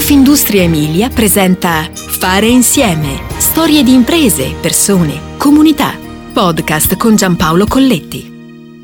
Confindustria Emilia presenta Fare Insieme. Storie di imprese, persone, comunità. Podcast con Giampaolo Colletti.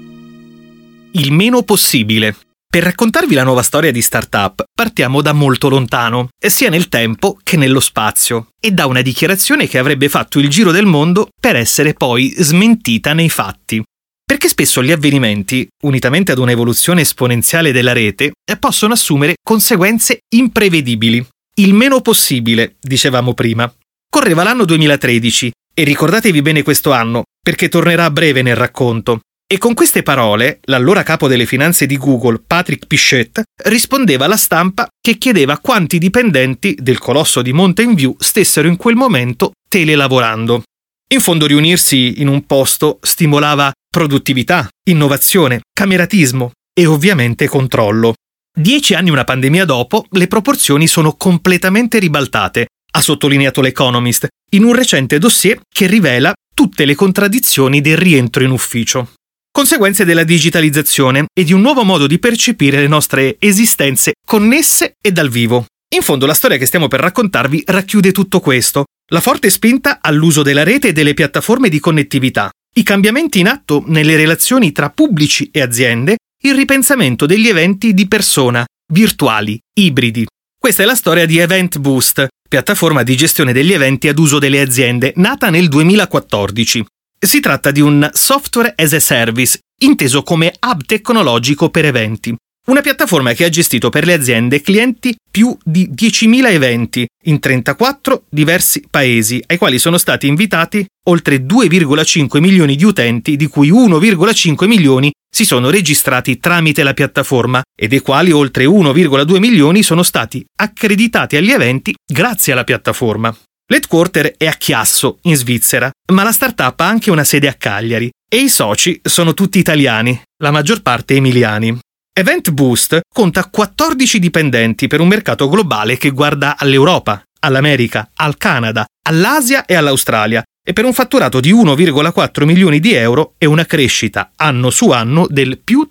Il meno possibile. Per raccontarvi la nuova storia di startup partiamo da molto lontano, sia nel tempo che nello spazio, e da una dichiarazione che avrebbe fatto il giro del mondo per essere poi smentita nei fatti. Perché spesso gli avvenimenti, unitamente ad un'evoluzione esponenziale della rete, possono assumere conseguenze imprevedibili. Il meno possibile, dicevamo prima. Correva l'anno 2013, e ricordatevi bene questo anno, perché tornerà a breve nel racconto. E con queste parole, l'allora capo delle finanze di Google, Patrick Pichette, rispondeva alla stampa che chiedeva quanti dipendenti del colosso di Mountain View stessero in quel momento telelavorando. In fondo riunirsi in un posto stimolava produttività, innovazione, cameratismo e ovviamente controllo. 10 anni una pandemia dopo, le proporzioni sono completamente ribaltate, ha sottolineato l'Economist, in un recente dossier che rivela tutte le contraddizioni del rientro in ufficio. Conseguenze della digitalizzazione e di un nuovo modo di percepire le nostre esistenze connesse e dal vivo. In fondo la storia che stiamo per raccontarvi racchiude tutto questo. La forte spinta all'uso della rete e delle piattaforme di connettività, i cambiamenti in atto nelle relazioni tra pubblici e aziende, il ripensamento degli eventi di persona, virtuali, ibridi. Questa è la storia di Event Boost, piattaforma di gestione degli eventi ad uso delle aziende, nata nel 2014. Si tratta di un software as a service, inteso come hub tecnologico per eventi. Una piattaforma che ha gestito per le aziende clienti più di 10.000 eventi in 34 diversi paesi, ai quali sono stati invitati oltre 2,5 milioni di utenti, di cui 1,5 milioni si sono registrati tramite la piattaforma e dei quali oltre 1,2 milioni sono stati accreditati agli eventi grazie alla piattaforma. L'headquarter è a Chiasso, in Svizzera, ma la startup ha anche una sede a Cagliari e i soci sono tutti italiani, la maggior parte emiliani. Event Boost conta 14 dipendenti per un mercato globale che guarda all'Europa, all'America, al Canada, all'Asia e all'Australia e per un fatturato di 1,4 milioni di euro e una crescita anno su anno del più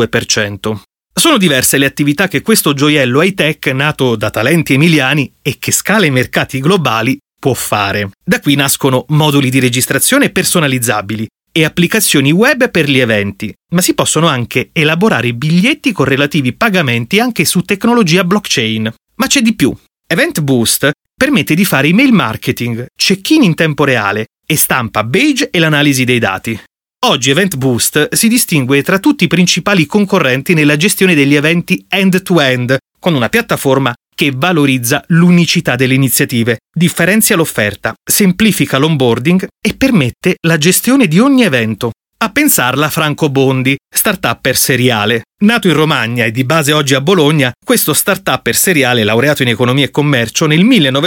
32%. Sono diverse le attività che questo gioiello high-tech nato da talenti emiliani e che scala i mercati globali può fare. Da qui nascono moduli di registrazione personalizzabili e applicazioni web per gli eventi, ma si possono anche elaborare biglietti con relativi pagamenti anche su tecnologia blockchain. Ma c'è di più. Event Boost permette di fare email marketing, check-in in tempo reale e stampa badge e l'analisi dei dati. Oggi Event Boost si distingue tra tutti i principali concorrenti nella gestione degli eventi end-to-end, con una piattaforma che valorizza l'unicità delle iniziative, differenzia l'offerta, semplifica l'onboarding e permette la gestione di ogni evento. A pensarla Franco Bondi, startupper seriale. Nato in Romagna e di base oggi a Bologna, questo startupper seriale laureato in economia e commercio nel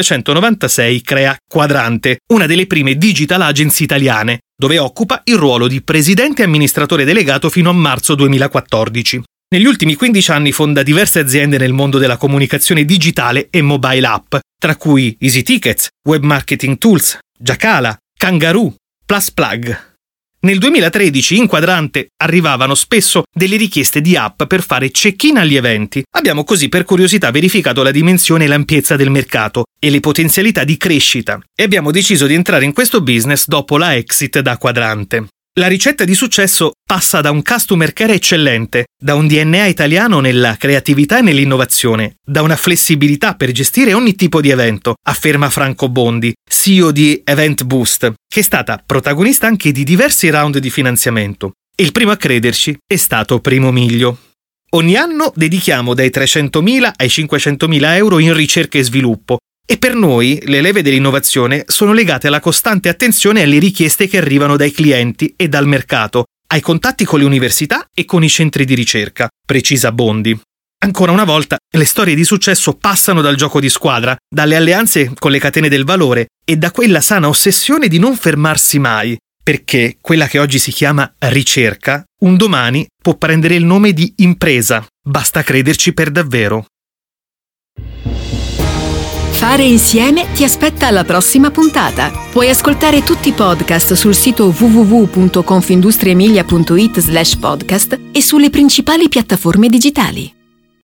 1996 crea Quadrante, una delle prime digital agency italiane, dove occupa il ruolo di presidente e amministratore delegato fino a marzo 2014. Negli ultimi 15 anni fonda diverse aziende nel mondo della comunicazione digitale e mobile app, tra cui Easy Tickets, Web Marketing Tools, Jacala, Kangaroo, PlusPlug. Nel 2013 in Quadrante arrivavano spesso delle richieste di app per fare check-in agli eventi. Abbiamo così per curiosità verificato la dimensione e l'ampiezza del mercato e le potenzialità di crescita e abbiamo deciso di entrare in questo business dopo la exit da Quadrante. La ricetta di successo passa da un customer care eccellente, da un DNA italiano nella creatività e nell'innovazione, da una flessibilità per gestire ogni tipo di evento, afferma Franco Bondi, CEO di Event Boost, che è stata protagonista anche di diversi round di finanziamento. E il primo a crederci è stato Primo Miglio. Ogni anno dedichiamo dai 300.000 ai 500.000 euro in ricerca e sviluppo. E per noi le leve dell'innovazione sono legate alla costante attenzione alle richieste che arrivano dai clienti e dal mercato, ai contatti con le università e con i centri di ricerca, precisa Bondi. Ancora una volta, le storie di successo passano dal gioco di squadra, dalle alleanze con le catene del valore e da quella sana ossessione di non fermarsi mai, perché quella che oggi si chiama ricerca, un domani può prendere il nome di impresa. Basta crederci per davvero. Fare Insieme ti aspetta alla prossima puntata. Puoi ascoltare tutti i podcast sul sito www.confindustriemilia.it/podcast e sulle principali piattaforme digitali.